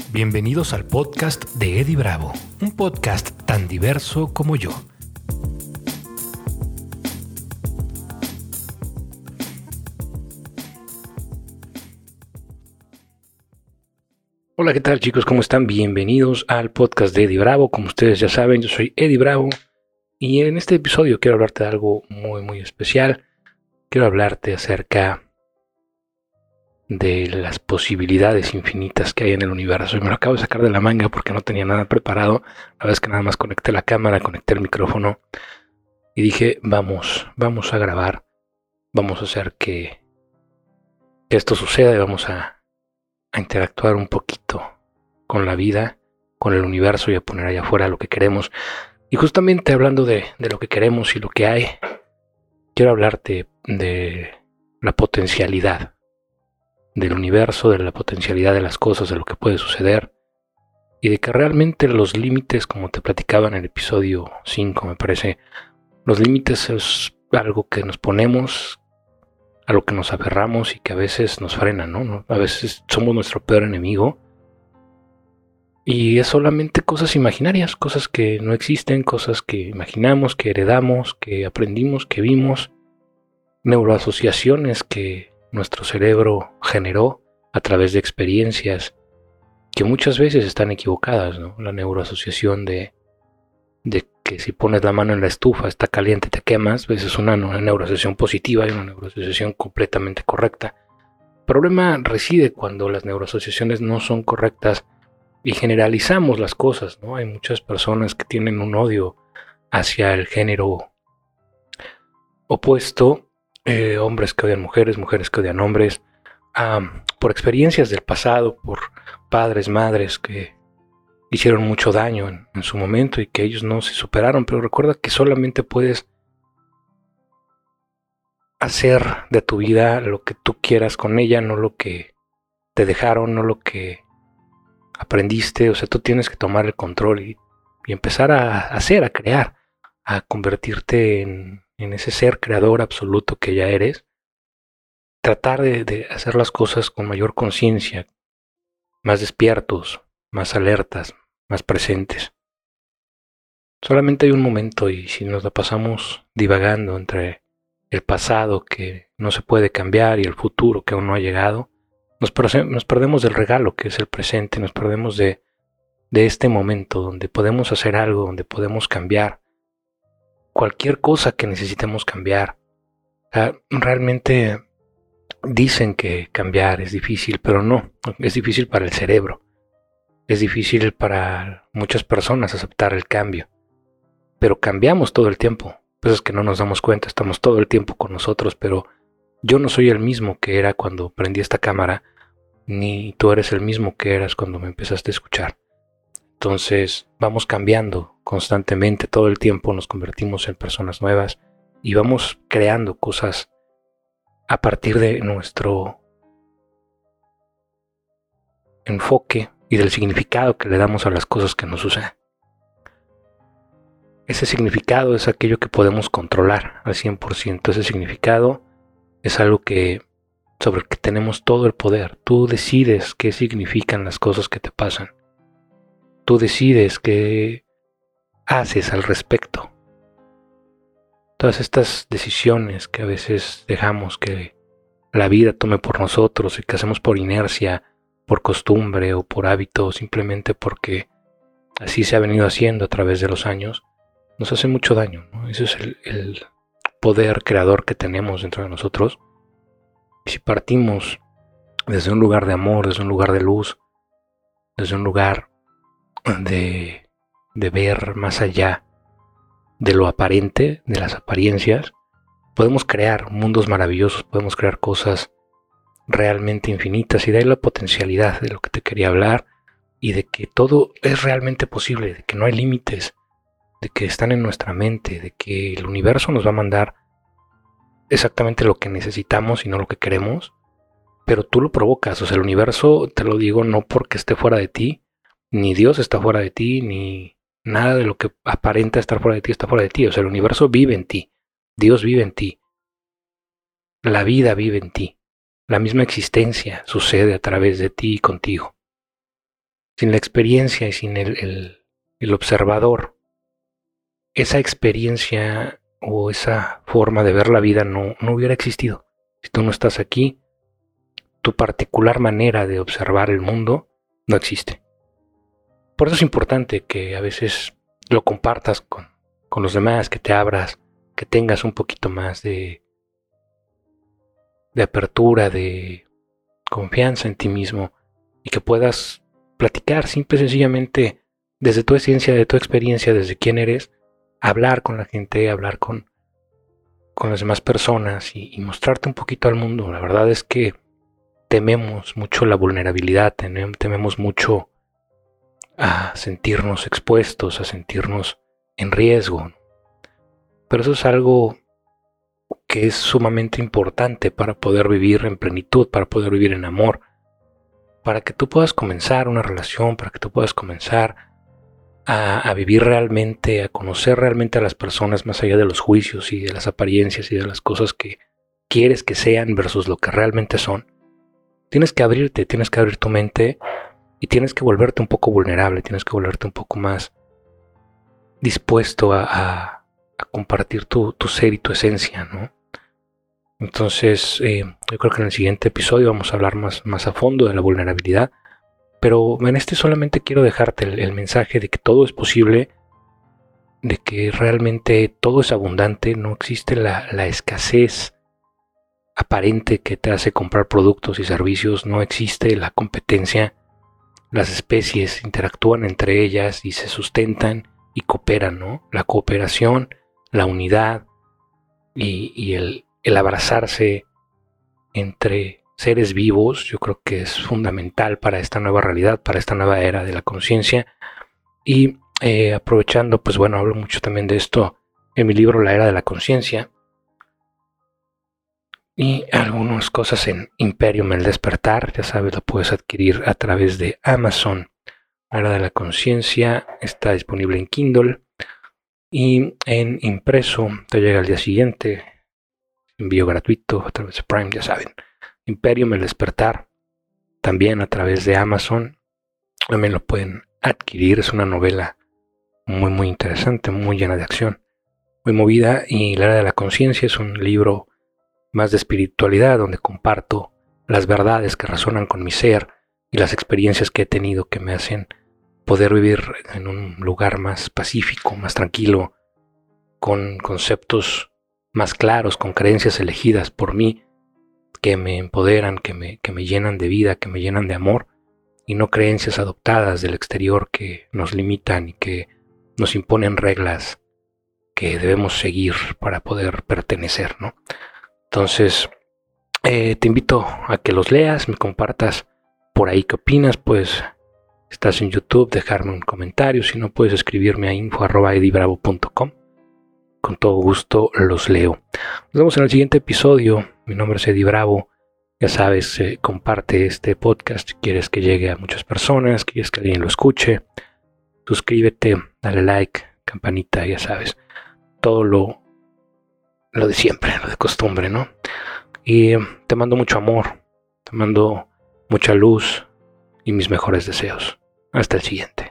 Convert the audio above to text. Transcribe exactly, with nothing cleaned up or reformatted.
Bienvenidos al podcast de Eddie Bravo, un podcast tan diverso como yo. Hola, ¿qué tal, chicos? ¿Cómo están? Bienvenidos al podcast de Eddie Bravo. Como ustedes ya saben, yo soy Eddie Bravo y en este episodio quiero hablarte de algo muy, muy especial. Quiero hablarte acerca de las posibilidades infinitas que hay en el universo. Y me lo acabo de sacar de la manga porque no tenía nada preparado. La verdad es que nada más conecté la cámara, conecté el micrófono y dije, vamos, vamos a grabar. Vamos a hacer que, que esto suceda y vamos a, a interactuar un poquito con la vida, con el universo y a poner allá afuera lo que queremos. Y justamente hablando de, de lo que queremos y lo que hay, quiero hablarte de la potencialidad del universo, de la potencialidad de las cosas, de lo que puede suceder y de que realmente los límites, como te platicaba en el episodio cinco, me parece, los límites es algo que nos ponemos, a lo que nos aferramos y que a veces nos frena, ¿no? A veces somos nuestro peor enemigo y es solamente cosas imaginarias, cosas que no existen, cosas que imaginamos, que heredamos, que aprendimos, que vimos, neuroasociaciones que nuestro cerebro generó a través de experiencias que muchas veces están equivocadas, ¿no? La neuroasociación de, de que si pones la mano en la estufa está caliente, te quemas, pues es una, una neuroasociación positiva y una neuroasociación completamente correcta. El problema reside cuando las neuroasociaciones no son correctas y generalizamos las cosas, ¿no? Hay muchas personas que tienen un odio hacia el género opuesto, Eh, hombres que odian mujeres, mujeres que odian hombres, um, por experiencias del pasado, por padres, madres que hicieron mucho daño en, en su momento y que ellos no se superaron. Pero recuerda que solamente puedes hacer de tu vida lo que tú quieras con ella, no lo que te dejaron, no lo que aprendiste. O sea, tú tienes que tomar el control y, y empezar a hacer, a crear, a convertirte en en ese ser creador absoluto que ya eres, tratar de, de hacer las cosas con mayor conciencia, más despiertos, más alertas, más presentes. Solamente hay un momento y si nos la pasamos divagando entre el pasado que no se puede cambiar y el futuro que aún no ha llegado, nos, perce- nos perdemos del regalo que es el presente, nos perdemos de, de este momento donde podemos hacer algo, donde podemos cambiar cualquier cosa que necesitemos cambiar. O sea, realmente dicen que cambiar es difícil, pero no, es difícil para el cerebro, es difícil para muchas personas aceptar el cambio, pero cambiamos todo el tiempo, pues es que no nos damos cuenta, estamos todo el tiempo con nosotros, pero yo no soy el mismo que era cuando prendí esta cámara, ni tú eres el mismo que eras cuando me empezaste a escuchar. Entonces vamos cambiando constantemente, todo el tiempo nos convertimos en personas nuevas y vamos creando cosas a partir de nuestro enfoque y del significado que le damos a las cosas que nos suceden. Ese significado es aquello que podemos controlar al cien por ciento. Ese significado es algo que, sobre el que tenemos todo el poder. Tú decides qué significan las cosas que te pasan. Tú decides qué haces al respecto. Todas estas decisiones que a veces dejamos que la vida tome por nosotros y que hacemos por inercia, por costumbre o por hábito, simplemente porque así se ha venido haciendo a través de los años, nos hace mucho daño, ¿no? Ese es el, el poder creador que tenemos dentro de nosotros. Y si partimos desde un lugar de amor, desde un lugar de luz, desde un lugar de, de ver más allá de lo aparente, de las apariencias, podemos crear mundos maravillosos, podemos crear cosas realmente infinitas y de ahí la potencialidad de lo que te quería hablar y de que todo es realmente posible, de que no hay límites, de que están en nuestra mente, de que el universo nos va a mandar exactamente lo que necesitamos y no lo que queremos, pero tú lo provocas. O sea, el universo, te lo digo, no porque esté fuera de ti, ni Dios está fuera de ti, ni nada de lo que aparenta estar fuera de ti está fuera de ti. O sea, el universo vive en ti, Dios vive en ti, la vida vive en ti, la misma existencia sucede a través de ti y contigo. sin la experiencia y sin el, el, el observador, esa experiencia o esa forma de ver la vida no, no hubiera existido. Si tú no estás aquí, tu particular manera de observar el mundo no existe. Por eso es importante que a veces lo compartas con, con los demás, que te abras, que tengas un poquito más de, de apertura, de confianza en ti mismo y que puedas platicar simple y sencillamente desde tu esencia, de tu experiencia, desde quién eres, hablar con la gente, hablar con, con las demás personas y, y mostrarte un poquito al mundo. La verdad es que tememos mucho la vulnerabilidad, tememos mucho a sentirnos expuestos, a sentirnos en riesgo. Pero eso es algo que es sumamente importante para poder vivir en plenitud, para poder vivir en amor, para que tú puedas comenzar una relación, para que tú puedas comenzar a, a vivir realmente, a conocer realmente a las personas más allá de los juicios y de las apariencias y de las cosas que quieres que sean versus lo que realmente son. Tienes que abrirte, tienes que abrir tu mente y tienes que volverte un poco vulnerable, tienes que volverte un poco más dispuesto a, a, a compartir tu, tu ser y tu esencia, ¿no? Entonces, eh, yo creo que en el siguiente episodio vamos a hablar más, más a fondo de la vulnerabilidad, pero en este solamente quiero dejarte el, el mensaje de que todo es posible, de que realmente todo es abundante, no existe la, la escasez aparente que te hace comprar productos y servicios, no existe la competencia, las especies interactúan entre ellas y se sustentan y cooperan, ¿no? La cooperación, la unidad y, y el, el abrazarse entre seres vivos, yo creo que es fundamental para esta nueva realidad, para esta nueva era de la conciencia. Y eh, aprovechando, pues bueno, hablo mucho también de esto en mi libro La Era de la Conciencia y algunas cosas en Imperium, El Despertar, ya sabes, lo puedes adquirir a través de Amazon. La Era de la Conciencia está disponible en Kindle y en impreso te llega al día siguiente, envío gratuito a través de Prime, ya saben. Imperium, El Despertar, también a través de Amazon, también lo pueden adquirir. Es una novela muy muy interesante, muy llena de acción, muy movida. Y La Era de la Conciencia es un libro más de espiritualidad, donde comparto las verdades que resuenan con mi ser y las experiencias que he tenido que me hacen poder vivir en un lugar más pacífico, más tranquilo, con conceptos más claros, con creencias elegidas por mí, que me empoderan, que me, que me llenan de vida, que me llenan de amor, y no creencias adoptadas del exterior que nos limitan y que nos imponen reglas que debemos seguir para poder pertenecer, ¿no? Entonces, eh, te invito a que los leas, me compartas por ahí qué opinas, pues estás en YouTube, dejarme un comentario, si no puedes escribirme a info arroba edibravo punto com. Con todo gusto los leo. Nos vemos en el siguiente episodio. Mi nombre es Eddie Bravo. Ya sabes, eh, comparte este podcast si quieres que llegue a muchas personas, quieres que alguien lo escuche. Suscríbete, dale like, campanita, ya sabes. Todo lo, lo de siempre, lo de costumbre, ¿no? Y te mando mucho amor, te mando mucha luz y mis mejores deseos. Hasta el siguiente.